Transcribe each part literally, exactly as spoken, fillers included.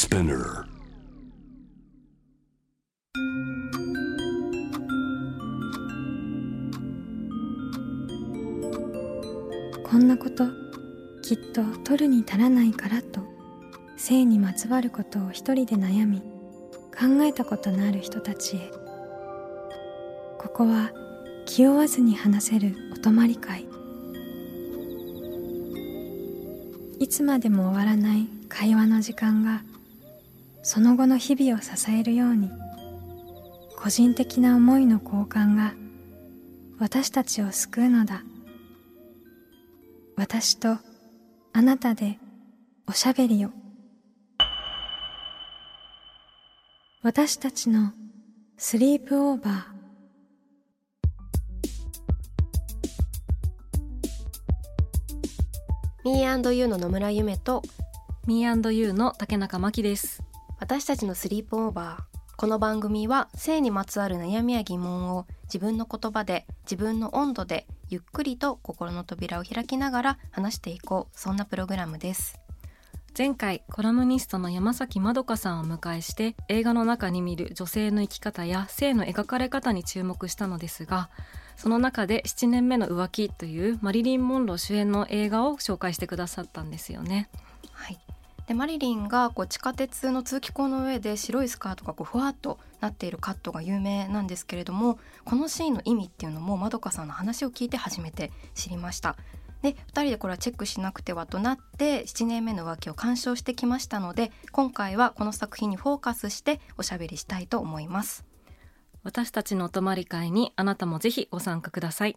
Spinner。 こんなこときっと取るに足らないからと性にまつわることを一人で悩み考えたことのある人たちへ、ここは気負わずに話せるお泊まり会。いつまでも終わらない会話の時間がその後の日々を支えるように、個人的な思いの交換が私たちを救うのだ。私とあなたでおしゃべりを。私たちのスリープオーバー。 ミー&ユーの野村ゆめとミー&ユーの竹中真希です。 私たちのスリープオーバー。この番組は性にまつわる悩みや疑問を自分の言葉で自分の温度でゆっくりと心の扉を開きながら話していこう、そんなプログラムです。 前回コラムニストの山崎まどかさんをお迎えして映画の中に見る女性の生き方や性の描かれ方に注目したのですが、その中でななねんめの浮気というマリリン・モンロー主演の映画を紹介してくださったんですよね。 はい、でマリリンがこう地下鉄の通気口の上で白いスカートがこうふわっとなっているカットが有名なんですけれども、このシーンの意味っていうのもまどかさんの話を聞いて初めて知りました。でふたりでこれはチェックしなくてはとなってななねんめの浮気を鑑賞してきましたので、今回はこの作品にフォーカスしておしゃべりしたいと思います。 私たちのお泊まり会にあなたもぜひご参加ください。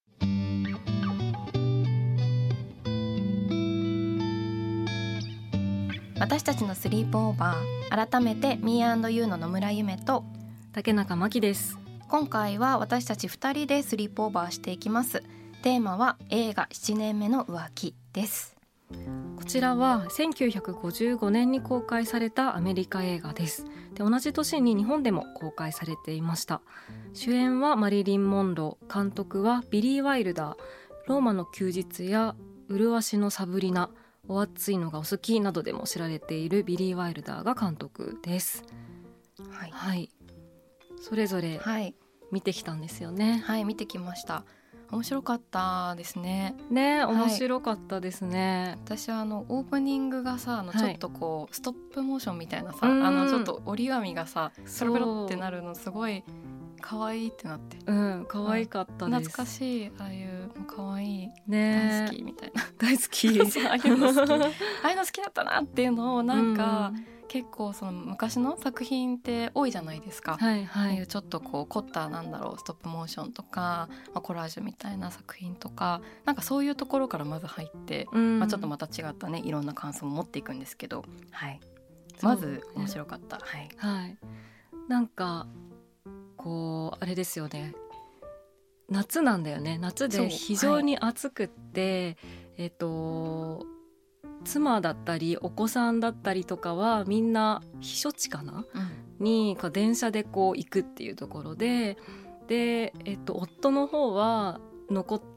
私たちのスリープオーバー。改めて ミー&ユー の野村ゆめと竹中真希です。 今回は私たちふたりでスリープオーバーしていきます。テーマは映画ななねんめの浮気です。 こちらはせんきゅうひゃくごじゅうごねんに公開されたアメリカ映画です。で同じ年に日本でも公開されていました。主演はマリリン・モンロー、監督はビリー・ワイルダー、ローマの休日や麗しのサブリナ、お熱いのがお好きなどでも知られているビリー・ワイルダーが監督です。 はい、 はい、それぞれ見てきたんですよね。 はい、見てきました。面白かったですね。 ね、面白かったですね。 はい、私はあのオープニングがさ、あのちょっとこう、はい、ストップモーションみたいなさ、あのちょっと折り紙がさペロペロってなるのすごい可愛いってなって、 うん、可愛かったです。 懐かしい、ああいう可愛い、 ね、 大好きみたいな大好きああいうの好きああいうの好きだったなっていうのをなんか、うん、結構その昔の作品って多いじゃないですか。 はいはい、 いうちょっとこう凝ったなんだろうストップモーションとか、まあ、コラージュみたいな作品とか、なんかそういうところからまず入って、うんまあ、ちょっとまた違ったねいろんな感想も持っていくんですけど、はい、まず面白かった、はいはい、なんかこうあれですよね、夏なんだよね。夏で非常に暑くって、はい、えっと妻だったりお子さんだったりとかはみんな避暑地かな、うん、に電車でこう行くっていうところで、で、えっと、夫の方は残って、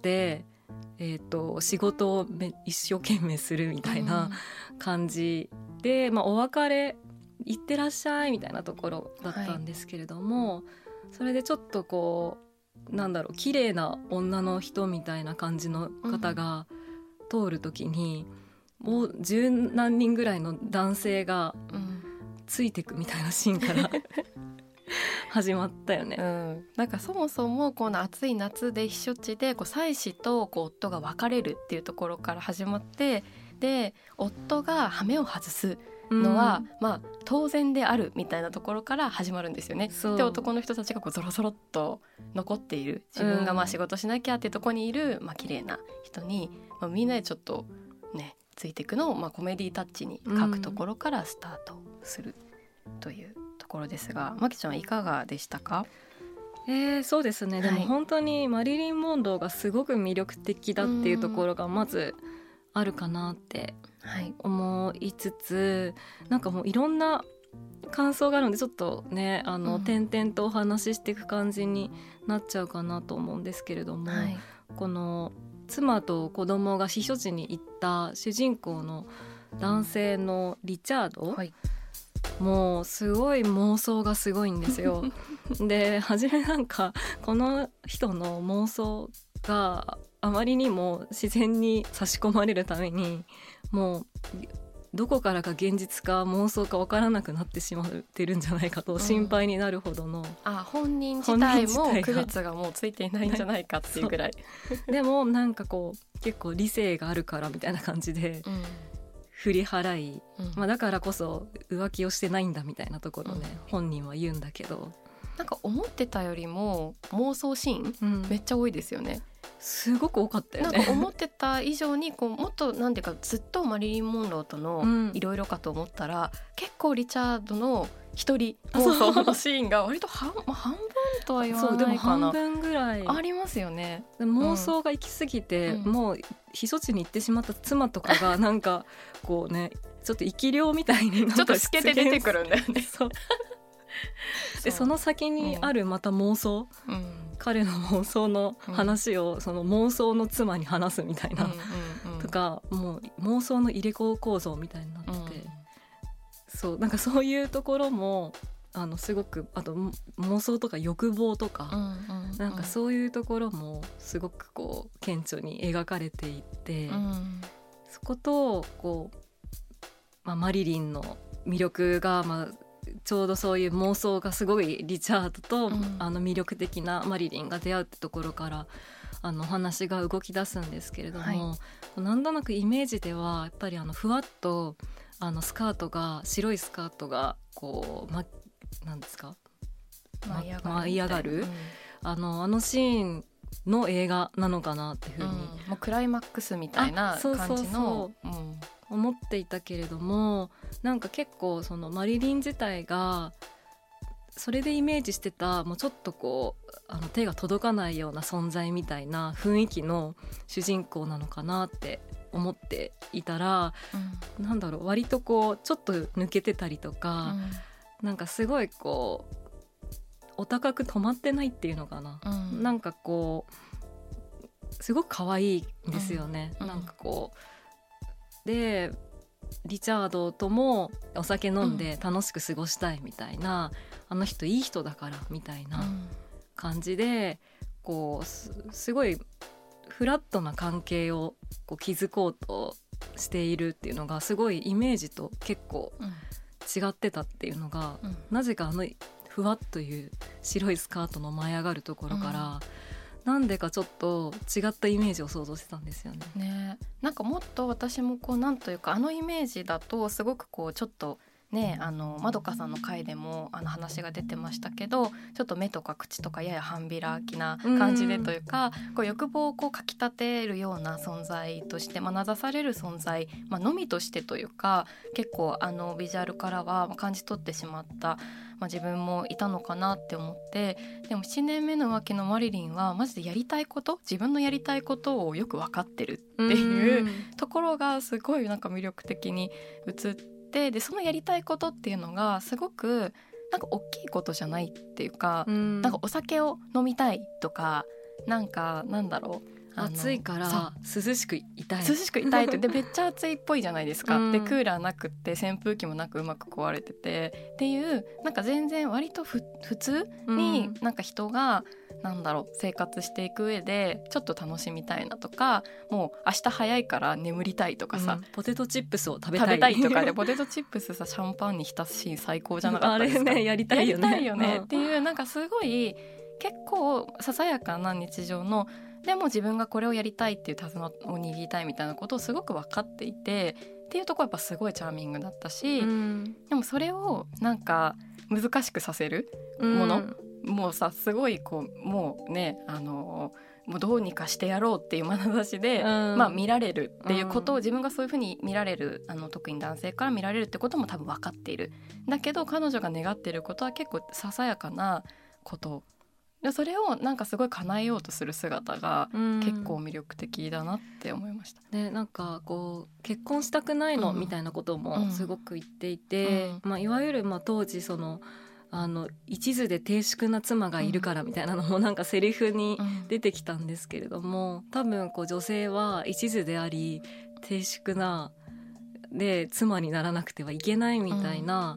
えっと、仕事を一生懸命するみたいな感じで、うんまあ、お別れ行ってらっしゃいみたいなところだったんですけれども、はい、それでちょっとこうなんだろう綺麗な女の人みたいな感じの方が通るときに、うん、もう十何人ぐらいの男性がついてくみたいなシーンから始まったよね、 うん、なんかそもそもこの暑い夏で避暑地でこう妻子とこう夫が別れるっていうところから始まって、で夫が羽目を外すのは、うんまあ、当然であるみたいなところから始まるんですよね。で男の人たちがこうゾロゾロっと残っている、自分がまあ仕事しなきゃってとこにいる、まあ綺麗な人に、まあ、みんなでちょっとねついていくのを、まあ、コメディタッチに書くところからスタートするというところですが、まきちゃんはいかがでしたか？ えー、そうですね、でも本当にマリリン・モンローがすごく魅力的だっていうところがまずあるかなって思いつつ、なんかもういろんな感想があるのでちょっとねあの、うん、点々とお話ししていく感じになっちゃうかなと思うんですけれども、はい、この妻と子供が避暑地に行った主人公の男性のリチャードもうすごい妄想がすごいんですよで初めなんかこの人の妄想があまりにも自然に差し込まれるためにもうどこからか現実か妄想か分からなくなってしまってるんじゃないかと心配になるほどの、うん、 あ本人自体も区別がもうついていないんじゃないかっていうぐらいでもなんかこう結構理性があるからみたいな感じで、うん振り払い、うんまあ、だからこそ浮気をしてないんだみたいなところね、うん、本人は言うんだけどなんか思ってたよりも妄想シーン、うん、めっちゃ多いですよね。 すごく多かったよね。 なんか思ってた以上にこうもっとなんていうかずっとマリリン・モンローとのいろいろかと思ったら、うん、結構リチャードの一人妄想のシーンが割と半、まあ、半分とは言わないかな。そうでも半分ぐらいありますよね。 妄想が行き過ぎて、うん、もう避暑地に行ってしまった妻とかがなんかこうねちょっと生き量みたいになんかちょっと透けて出てくるんだよね。 そうでその先にあるまた妄想、うん、彼の妄想の話をその妄想の妻に話すみたいな、うんうんうん、とかもう妄想の入れ子構造みたいになって、うん、そうなんかそういうところもあのすごくあと妄想とか欲望とか、うんうんうん、なんかそういうところもすごくこう顕著に描かれていて、うん、そことこう、まあ、マリリンの魅力が、まあ、ちょうどそういう妄想がすごいリチャードと、うん、あの魅力的なマリリンが出会うってところからあの話が動き出すんですけれども、はい、なんとなくイメージではやっぱりあのふわっとあのスカートが白いスカートがこう、ま、なんですか舞い上がる、 舞い上がる、うん、あのあのシーンの映画なのかなっていうふうに、うん、 もうクライマックスみたいな感じのそうそうそう、うん、思っていたけれどもなんか結構そのマリリン自体がそれでイメージしてたもうちょっとこうあの手が届かないような存在みたいな雰囲気の主人公なのかなって思っていたら、うん、なんだろう割とこうちょっと抜けてたりとか、うん、なんかすごいこうお高く止まってないっていうのかな、うん、なんかこうすごく可愛いんですよね、うん、なんかこうでリチャードともお酒飲んで楽しく過ごしたいみたいな、うん、あの人いい人だからみたいな感じでこう す, すごいフラットな関係をこう築こうとしているっていうのがすごいイメージと結構違ってたっていうのが、うん、なぜかあのふわっという白いスカートの舞い上がるところから、うん、なんでかちょっと違ったイメージを想像してたんですよね。 ね、なんかもっと私もこうなんというかあのイメージだとすごくこうちょっとね、あのまどかさんの回でもあの話が出てましたけどちょっと目とか口とかやや半開きな感じでというか、うん、こう欲望をこうかきたてるような存在として、まあ、名指される存在、まあのみとしてというか結構あのビジュアルからは感じ取ってしまった、まあ、自分もいたのかなって思って、でもななねんめの浮気のマリリンはマジでやりたいこと自分のやりたいことをよく分かってるっていうところがすごいなんか魅力的に映ってでそのやりたいことっていうのがすごくなんか大きいことじゃないっていうか、うん、なんかお酒を飲みたいとかなんかなんだろう暑いから涼しくいたい涼しくいたいってでめっちゃ暑いっぽいじゃないですか、うん、でクーラーなくって扇風機もなくうまく壊れててっていうなんか全然割とふ普通になんか人がなんだろう生活していく上でちょっと楽しみたいなとかもう明日早いから眠りたいとかさ、うん、 ポテトチップスを食べたい食べたいとかでポテトチップスさシャンパンに浸すシーン最高じゃなかったですか。 あれねやりたいよねやりたいよね、うん、っていうなんかすごい結構ささやかな日常のでも自分がこれをやりたいっていう手綱を握りたいみたいなことをすごく分かっていてっていうところやっぱすごいチャーミングだったし、うん、でもそれをなんか難しくさせるもの、うん、もうさすごいこうもうねあのもうどうにかしてやろうっていう眼差しで、うんまあ、見られるっていうことを、うん、自分がそういうふうに見られるあの特に男性から見られるってことも多分分かっている。だけど彼女が願っていることは結構ささやかなことでそれをなんかすごい叶えようとする姿が結構魅力的だなって思いました、 うん、でなんかこう結婚したくないの、うん、みたいなこともすごく言っていて、うんまあ、いわゆるまあ当時そのあの一途で低粛な妻がいるからみたいなのもなんかセリフに出てきたんですけれども、多分こう女性は一途であり低粛なで妻にならなくてはいけないみたいな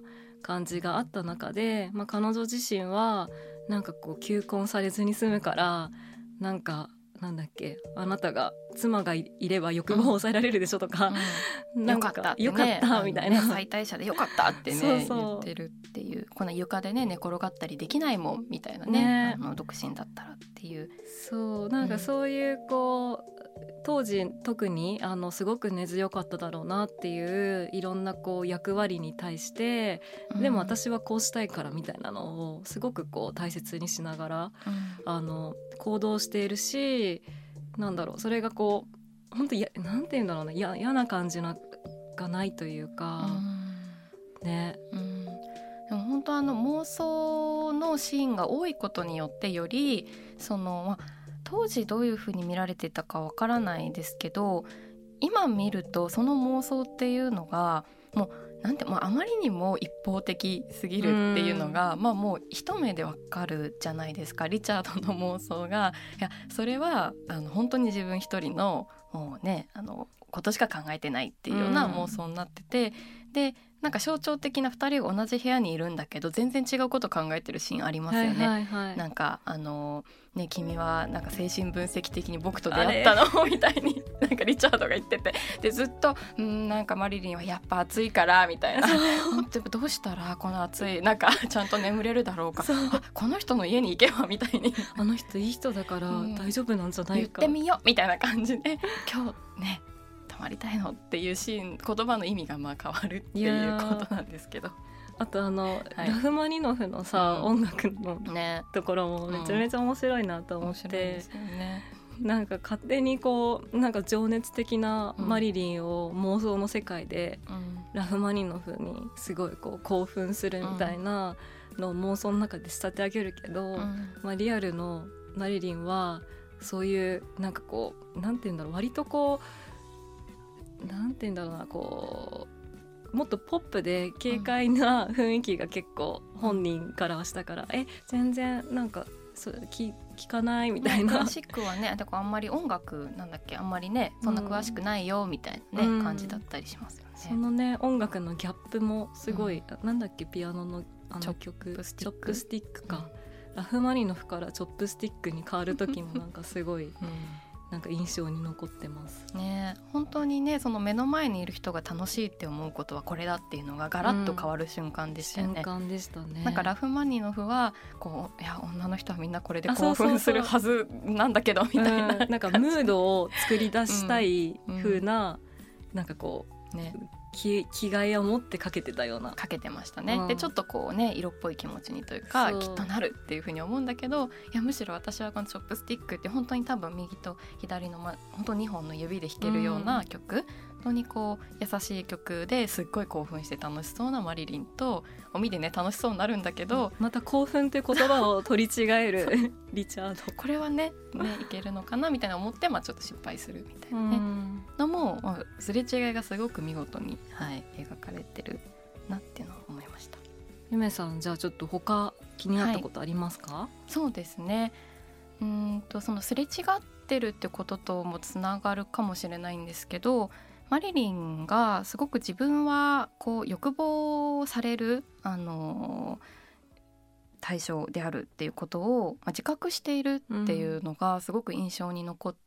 感じがあった中で、まあ、彼女自身はなんかこう求婚されずに済むからなんかなんだっけあなたが妻がいれば欲望を抑えられるでしょとか、 うん、 なんかよかったってね、 よかったみたいな、 ね、最大者でよかったってねそうそう言ってるっていう、この床でね寝転がったりできないもんみたいなね、 ね、 あの独身だったらっていう、 そうなんかそういうこう、うん、当時特にあのすごく根強かっただろうなっていういろんなこう役割に対して、うん、でも私はこうしたいからみたいなのをすごくこう大切にしながら、うん、あの行動しているし、なんだろうそれがこう本当やなんて言うんだろうな、や嫌な感じながないというか、うん、ね、 うん、でも本当あの妄想のシーンが多いことによってよりその、まあ、当時どういう風に見られてたかわからないですけど、今見るとその妄想っていうのがもうなんて、まあ、あまりにも一方的すぎるっていうのが、まあ、もう一目でわかるじゃないですか。リチャードの妄想が、いやそれはあの本当に自分一人のもうねあのことしか考えてないっていうような妄想になってて、でなんか象徴的なふたりが同じ部屋にいるんだけど全然違うこと考えてるシーンありますよね、はいはいはい、なんかあのね君はなんか精神分析的に僕と出会ったのみたいになんかリチャードが言ってて、でずっとんなんかマリリンはやっぱ暑いからみたいなどうしたらこの暑いなんかちゃんと眠れるだろうか、あこの人の家に行けばみたいにあの人いい人だから大丈夫なんじゃないか、 言ってみようみたいな感じで今日ね泊まりたいのっていうシーン、言葉の意味がまあ変わるっていうことなんですけど、 あとあの、はい、ラフマニノフのさ、うん、音楽の、 ね、 ところもめちゃめちゃ面白いなと思って、うん、面白いですよね。なんか勝手にこうなんか情熱的なマリリンを妄想の世界で、うん、ラフマニノフにすごいこう興奮するみたいなのを妄想の中で仕立て上げるけど、うんまあ、リアルのマリリンはそういうなんかこうなんていうんだろう、割とこうなんて言うんだろうな、こうもっとポップで軽快な雰囲気が結構本人からはしたから、うん、え全然なんかそう聞聞かないみたいな、 クラシックはねだからあんまり音楽なんだっけあんまりねそんな詳しくないよみたいなね、うん、感じだったりしますよね。 そのね音楽のギャップもすごい、うん、なんだっけピアノのあの曲チョップスティックか、うん、ラフマニノフからチョップスティックに変わる時もなんかすごい、うんなんか印象に残ってますね。本当にねその目の前にいる人が楽しいって思うことはこれだっていうのがガラッと変わる瞬間でしたよね、 うん、瞬間でしたね。 なんかラフマニノフはこういや女の人はみんなこれで興奮するはずなんだけどみたいな、 うん、なんかムードを作り出したい風な、うん、なんかこうね気, 気概を持ってかけてたようなかけてましたね、うん、でちょっとこうね色っぽい気持ちにというかきっとなるっていう風に思うんだけど、いやむしろ私はこのチョップスティックって本当に多分右と左の、ま、本当にほんの指で弾けるような曲、うん、本当にこう優しい曲ですっごい興奮して楽しそうなマリリンとおみでね楽しそうになるんだけど、 また興奮って言葉を取り違えるリチャード、 これは ね, ねいけるのかなみたいな思って、まあ、ちょっと失敗するみたいなね、うん、のも、まあ、すれ違いがすごく見事に、はい、描かれてるなっていうのを思いました。 ゆめさんじゃあちょっと他気になったことありますか？ はい、そうですね、うーんとそのすれ違ってるってことともつながるかもしれないんですけど、マリリンがすごく自分はこう欲望される、あのー、対象であるっていうことを、まあ、自覚しているっていうのがすごく印象に残って、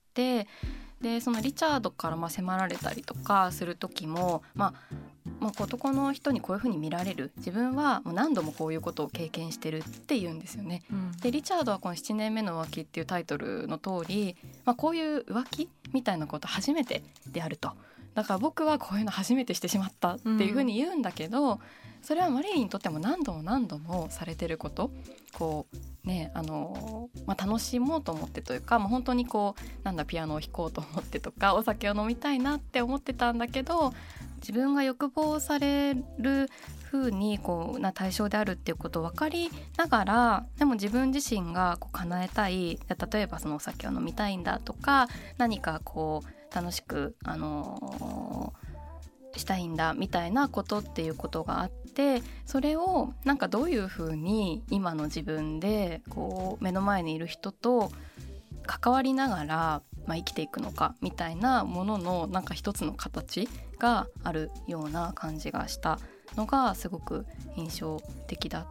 うん、でそのリチャードからまあ迫られたりとかする時も、まあまあ、男の人にこういう風に見られる、自分はもう何度もこういうことを経験してるって言うんですよね、うん、でリチャードはこのななねんめの浮気っていうタイトルの通り、まあ、こういう浮気みたいなこと初めてであると、だから僕はこういうの初めてしてしまったっていう風に言うんだけど、うん、それはマリリンにとっても何度も何度もされてること、こうねあの、まあ、楽しもうと思ってというか、まあ、本当にこうなんだピアノを弾こうと思ってとかお酒を飲みたいなって思ってたんだけど、自分が欲望される風にこうな対象であるっていうことを分かりながら、でも自分自身がこう叶えたい、例えばそのお酒を飲みたいんだとか何かこう楽しく、あのー、したいんだみたいなことっていうことがあって、それをなんかどういう風に今の自分でこう目の前にいる人と関わりながら、まあ、生きていくのかみたいなもののなんか一つの形があるような感じがしたのがすごく印象的だった。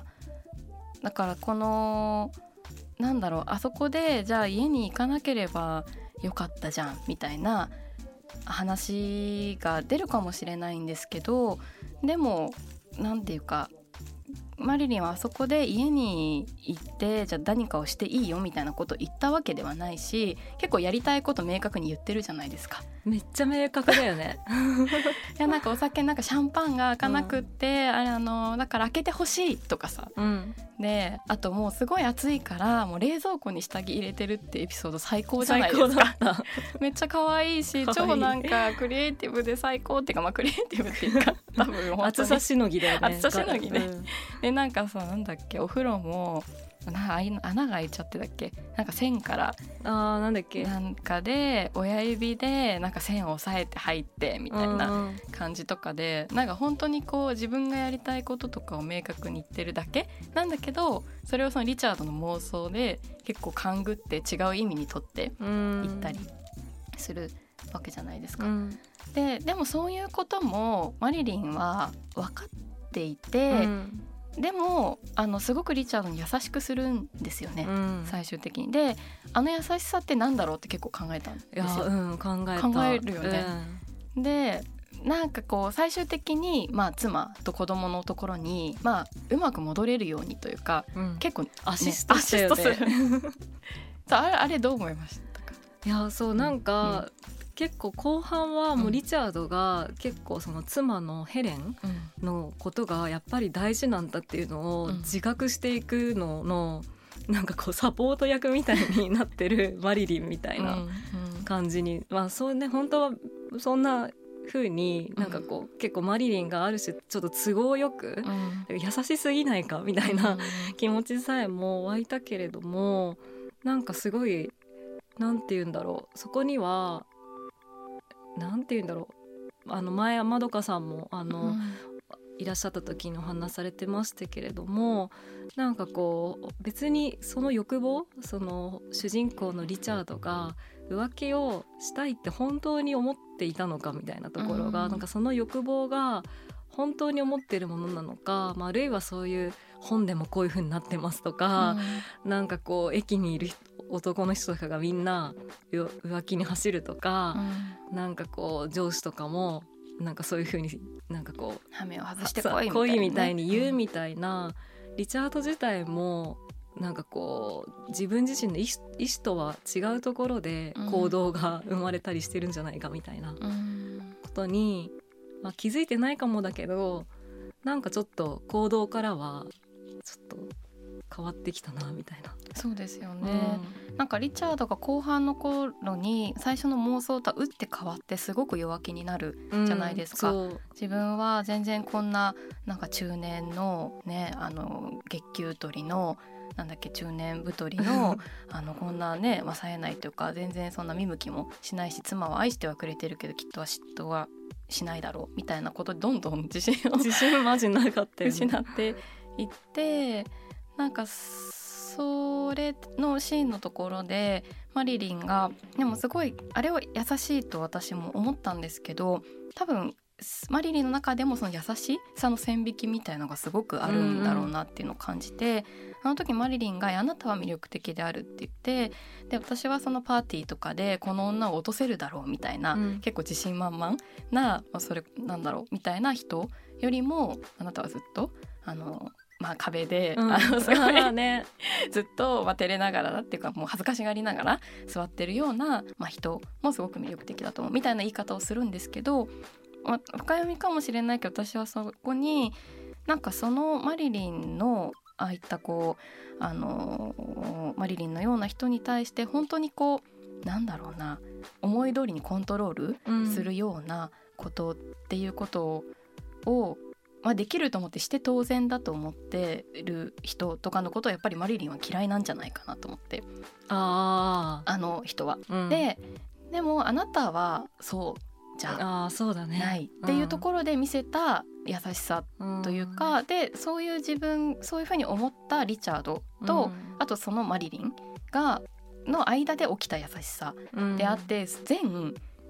だからこのなんだろう、あそこでじゃあ家に行かなければよかったじゃんみたいな話が出るかもしれないんですけど、でもなんていうかマリリンはあそこで家に行ってじゃあ何かをしていいよみたいなことを言ったわけではないし、結構やりたいこと明確に言ってるじゃないですか。 めっちゃ明確だよねいやなんかお酒なんかシャンパンが開かなくって、うん、あれあのだから開けてほしいとかさ、うん、であともうすごい暑いからもう冷蔵庫に下着入れてるってエピソード最高じゃないですか。めっちゃ可愛いし可愛い超なんかクリエイティブで最高っていうか、まあクリエイティブっていうか多分暑さしのぎだよね。 暑さしのぎね、うん、でなんかさなんだっけお風呂もな穴が開いちゃってだっけ、なんか線からあーなんだっけなんかで親指でなんか線を押さえて入ってみたいな感じとかで、なんか本当にこう自分がやりたいこととかを明確に言ってるだけなんだけど、それをそのリチャードの妄想で結構勘ぐって違う意味にとって言ったりするわけじゃないですか、うん、で, でもそういうこともマリリンは分かっていて、うんでもあのすごくリチャードに優しくするんですよね、うん、最終的に。であの優しさってなんだろうって結構考えたんですよ。いや、 うん、考えた考えるよね、うん、でなんかこう最終的に、まあ、妻と子供のところに、まあ、うまく戻れるようにというか、うん、結構、ね、 アシストしたよね。 アシストするあれ、あれどう思いましたか？ いやそうなんか、うん結構後半はもうリチャードが結構その妻のヘレンのことがやっぱり大事なんだっていうのを自覚していくののなんかこうサポート役みたいになってるマリリンみたいな感じに、まあそうね本当はそんな風になんかこう結構マリリンがある種ちょっと都合よく優しすぎないかみたいな気持ちさえも湧いたけれども、なんかすごいなんて言うんだろう、そこにはなんて言うんだろう、あの前まどかさんもあの、うん、いらっしゃった時にお話されてましたけれども、なんかこう別にその欲望、その主人公のリチャードが浮気をしたいって本当に思っていたのかみたいなところが、うん、なんかその欲望が本当に思っているものなのか、まあ、あるいはそういう本でもこういう風になってますとか、うん、なんかこう駅にいる男の人とかがみんな浮気に走るとか、うん、なんかこう上司とかもなんかそういう風になんかこうハメを外してこいみたいな、ね、 恋みたいに言うみたいな、うん、リチャード自体もなんかこう自分自身の意思、意思とは違うところで行動が生まれたりしてるんじゃないかみたいなことに、まあ、気づいてないかもだけどなんかちょっと行動からはちょっと変わってきたなみたいな。 そうですよね、うん、なんかリチャードが後半の頃に最初の妄想とは打って変わってすごく弱気になるじゃないですか、うん、自分は全然こんななんか中年のねあの月給取りのなんだっけ中年太りのあのこんなね、まあ、冴えないというか全然そんな見向きもしないし、妻は愛してはくれてるけどきっとは嫉妬はしないだろうみたいなことでどんどん自信を自信マジなかったよね失っていって、なんかそれのシーンのところでマリリンがでもすごいあれは優しいと私も思ったんですけど、多分マリリンの中でもその優しさの線引きみたいなのがすごくあるんだろうなっていうのを感じて、うんうん、あの時マリリンがあなたは魅力的であるって言って、で私はそのパーティーとかでこの女を落とせるだろうみたいな、うん、結構自信満々な、まあ、それなんだろうみたいな人よりもあなたはずっとあのまあ、壁で、うん、あのすごい、ね、ずっと、まあ、照れながらだっていうかもう恥ずかしがりながら座ってるような、まあ、人もすごく魅力的だと思うみたいな言い方をするんですけど、まあ、深読みかもしれないけど私はそこになんかそのマリリンのああいったこうあのマリリンのような人に対して本当にこうなんだろうな思い通りにコントロールするようなことっていうことを、うんまあ、できると思ってして当然だと思ってる人とかのことをやっぱりマリリンは嫌いなんじゃないかなと思って、 ああの人は、うん、で, でもあなたはそうじゃあそうだねないっていうところで見せた優しさというか、うん、でそういう自分そういうふうに思ったリチャードと、うん、あとそのマリリンがの間で起きた優しさであって、うん、全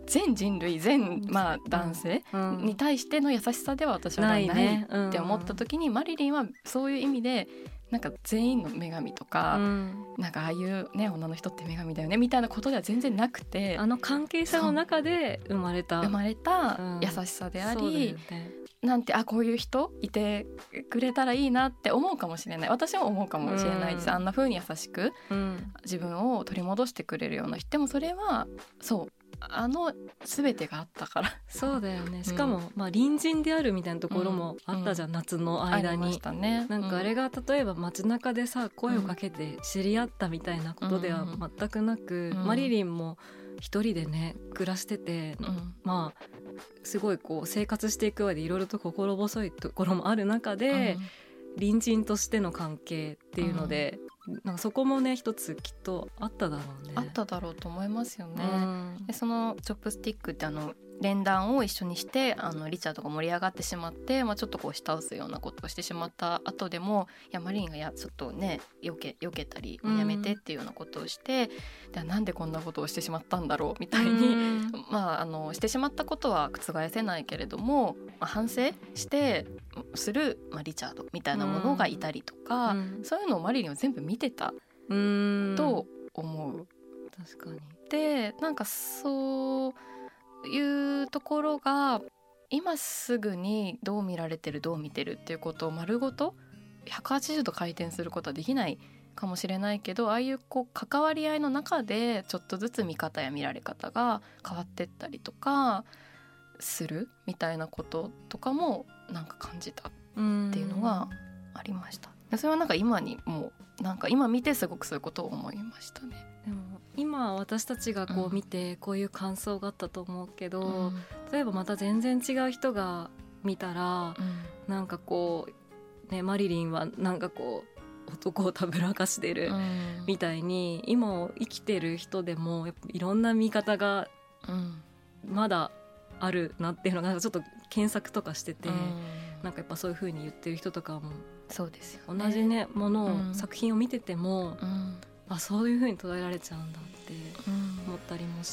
全人類全、まあ、男性に対しての優しさでは私はないって思った時に、マリリンはそういう意味でなんか全員の女神とか、うん、なんかああいうね女の人って女神だよねみたいなことでは全然なくて、 あの関係者の中で生まれた生まれた優しさであり、うんね、なんてあこういう人いてくれたらいいなって思うかもしれない、私も思うかもしれないです、うん、あんな風に優しく、うん、自分を取り戻してくれるような人。でもそれはそうあの全てがあったからそうだよね。しかも、うん、まあ、隣人であるみたいなところもあったじゃん、うん、夏の間に、 ね、 なんかあれが例えば街中でさ声をかけて知り合ったみたいなことでは全くなく、うん、マリリンも一人でね暮らしてて、うん、まあすごいこう生活していく上でいろいろと心細いところもある中で、うん、隣人としての関係っていうので、うん、なんかそこもね一つきっとあっただろうね。 あっただろうと思いますよね、うん、でそのチョップスティックってあの連弾を一緒にしてあのリチャードが盛り上がってしまって、まあ、ちょっとこう下打つようなことをしてしまった後でも、いやマリリンがやちょっとね避け、避けたりやめてっていうようなことをして、うん、でなんでこんなことをしてしまったんだろうみたいに、うん、まあ、あのしてしまったことは覆せないけれども、まあ、反省してする、まあ、リチャードみたいなものがいたりとか、うん、そういうのをマリリンは全部見てたと思う。 確かに。 でなんかそういうところが今すぐにどう見られてるどう見てるっていうことを丸ごとひゃくはちじゅうど回転することはできないかもしれないけど、ああいうこう関わり合いの中でちょっとずつ見方や見られ方が変わってったりとかするみたいなこととかもなんか感じたっていうのがありました。それはなんか今にもうなんか今見てすごくそういうことを思いましたね。 でも今私たちがこう見てこういう感想があったと思うけど、うん、例えばまた全然違う人が見たら、うん、なんかこう、ね、マリリンはなんかこう男をたぶらかしてるみたいに、うん、今を生きてる人でもやっぱいろんな見方がまだあるなっていうのがちょっと検索とかしてて、うん、なんかやっぱそういう風に言ってる人とかもそうですよね、 同じねものを、うん、作品を見てても、うん、あそういう風に捉えられちゃうんだって思ったりもして、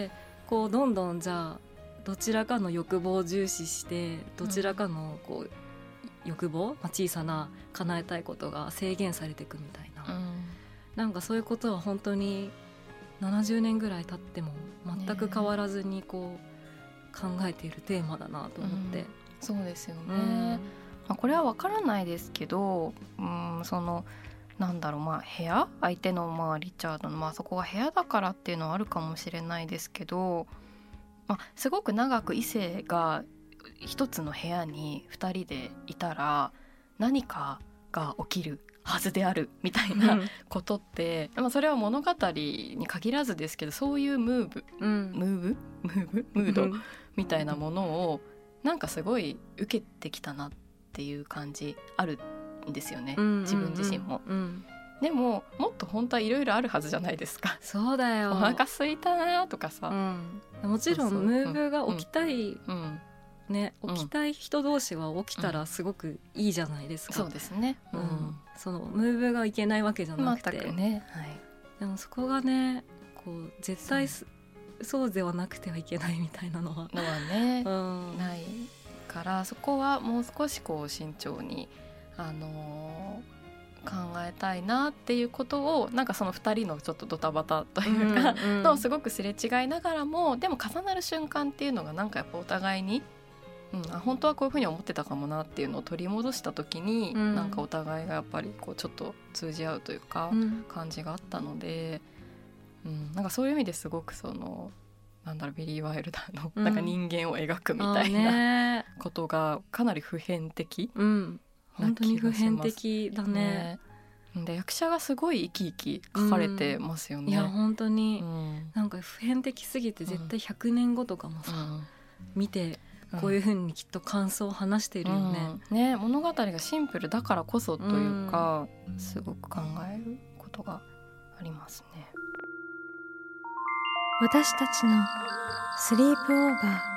こうどんどんじゃあどちらかの欲望を重視してどちらかのこう欲望、まあ、小さな叶えたいことが制限されていくみたいな、うん、なんかそういうことは本当にななじゅうねんぐらい経っても全く変わらずにこう考えているテーマだなと思って、 うん、そうですよね、うんまあ、これは分からないですけど、うん、そのなんだろう、まあ、部屋相手のまあリチャードの、まあ、そこが部屋だからっていうのはあるかもしれないですけど、まあ、すごく長く異性が一つの部屋にふたりでいたら何かが起きるはずであるみたいなことって、うんまあ、それは物語に限らずですけど、そういうムーブ、うん、ムーブムーブムードみたいなものをなんかすごい受けてきたなっていう感じあるんですよね、うんうんうん、自分自身も、うん、でももっと本当はいろいろあるはずじゃないですか。 そうだよ、 お腹空いたなとかさ、 うん、もちろんムーブが起きたい、うんうんね、起きたい人同士は起きたらすごくいいじゃないですか、 うん、そうですね、 うん、そのムーブがいけないわけじゃなくて、 全くね、はい、 でもそこがねこう絶対そうではなくてはいけないみたいなのはのはね、うん、ないから、そこはもう少しこう慎重に、あのー、考えたいなっていうことをなんかそのふたりのちょっとドタバタというか、うんうん、のすごくすれ違いながらもでも重なる瞬間っていうのがなんかやっぱお互いにうん、あ本当はこういうふうに思ってたかもなっていうのを取り戻した時に、うん、なんかお互いがやっぱりこうちょっと通じ合うというか、うん、感じがあったので、うん、なんかそういう意味ですごくそのなんだろうビリー・ワイルダーのなんか人間を描くみたいなことがかなり普遍的な気がします、うん、 本当に普遍的だね。 で役者がすごい生き生き書かれてますよね、 うん、いや本当に、うん、なんか普遍的すぎて絶対ひゃくねんごとかもさ、うん、見てこういう風にきっと感想を話しているよね、 うん、ね物語がシンプルだからこそというか、うん、すごく考えることがありますね。 私たちのスリープオーバー。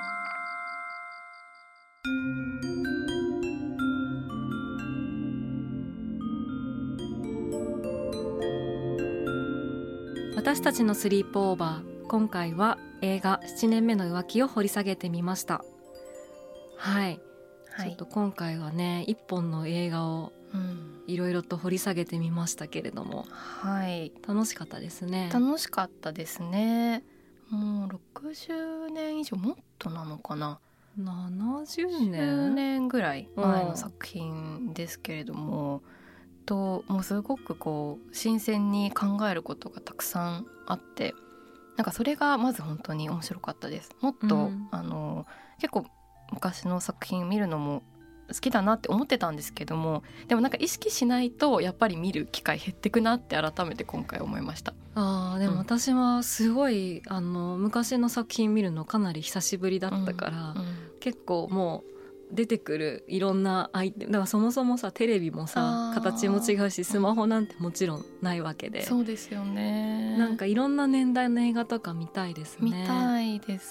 私たちのスリープオーバー、今回は映画ななねんめの浮気を掘り下げてみました。はい、 はい、 ちょっと今回はね一本の映画をいろいろと掘り下げてみましたけれども、 はい、 楽しかったですね。 楽しかったですね。もうろくじゅうねん以上、もっとなのかな、 ななじゅうねんじゅうねんぐらい前の作品ですけれども、ともうすごくこう新鮮に考えることがたくさんあって、なんかそれがまず本当に面白かったです。もっと、うん、あの結構昔の作品見るのも好きだなって思ってたんですけども、でもなんか意識しないとやっぱり見る機会減ってくなって改めて今回思いました。 あーでも私はすごい、うん、あの昔の作品見るのかなり久しぶりだったから、うんうん、結構もう出てくるいろんなアイテムだから、そもそもさテレビもさ形も違うしスマホなんてもちろんないわけで、 そうですよね。 なんかいろんな年代の映画とか見たいですね。 見たいです。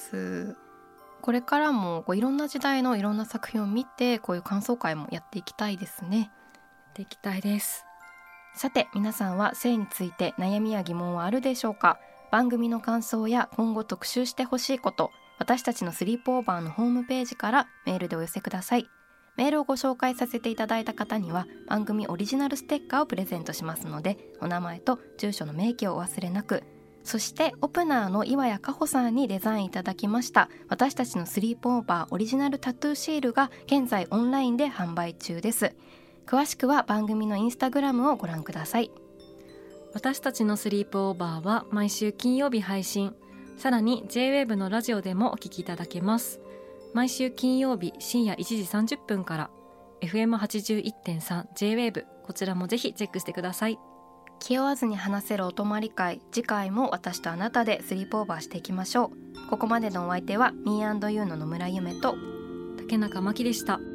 これからもこういろんな時代のいろんな作品を見て、こういう感想会もやっていきたいですね。 できたいです。 さて皆さんは性について悩みや疑問はあるでしょうか。番組の感想や今後特集してほしいこと、私たちのスリープオーバーのホームページからメールでお寄せください。メールをご紹介させていただいた方には番組オリジナルステッカーをプレゼントしますので、お名前と住所の明記をお忘れなく。そしてオプナーの岩谷加穂さんにデザインいただきました私たちのスリープオーバーオリジナルタトゥーシールが現在オンラインで販売中です。詳しくは番組のインスタグラムをご覧ください。 私たちのスリープオーバーは毎週金曜日配信、さらに ジェイウェーブ のラジオでもお聞きいただけます。毎週金曜日深夜いちじさんじゅっぷんから エフエムはちじゅういってんさん ジェイウェーブ、 こちらもぜひチェックしてください。 気負わずに話せるお泊まり会、次回も私とあなたでスリープオーバーしていきましょう。ここまでのお相手は ミーアンドユー の野村ゆめと竹中真希でした。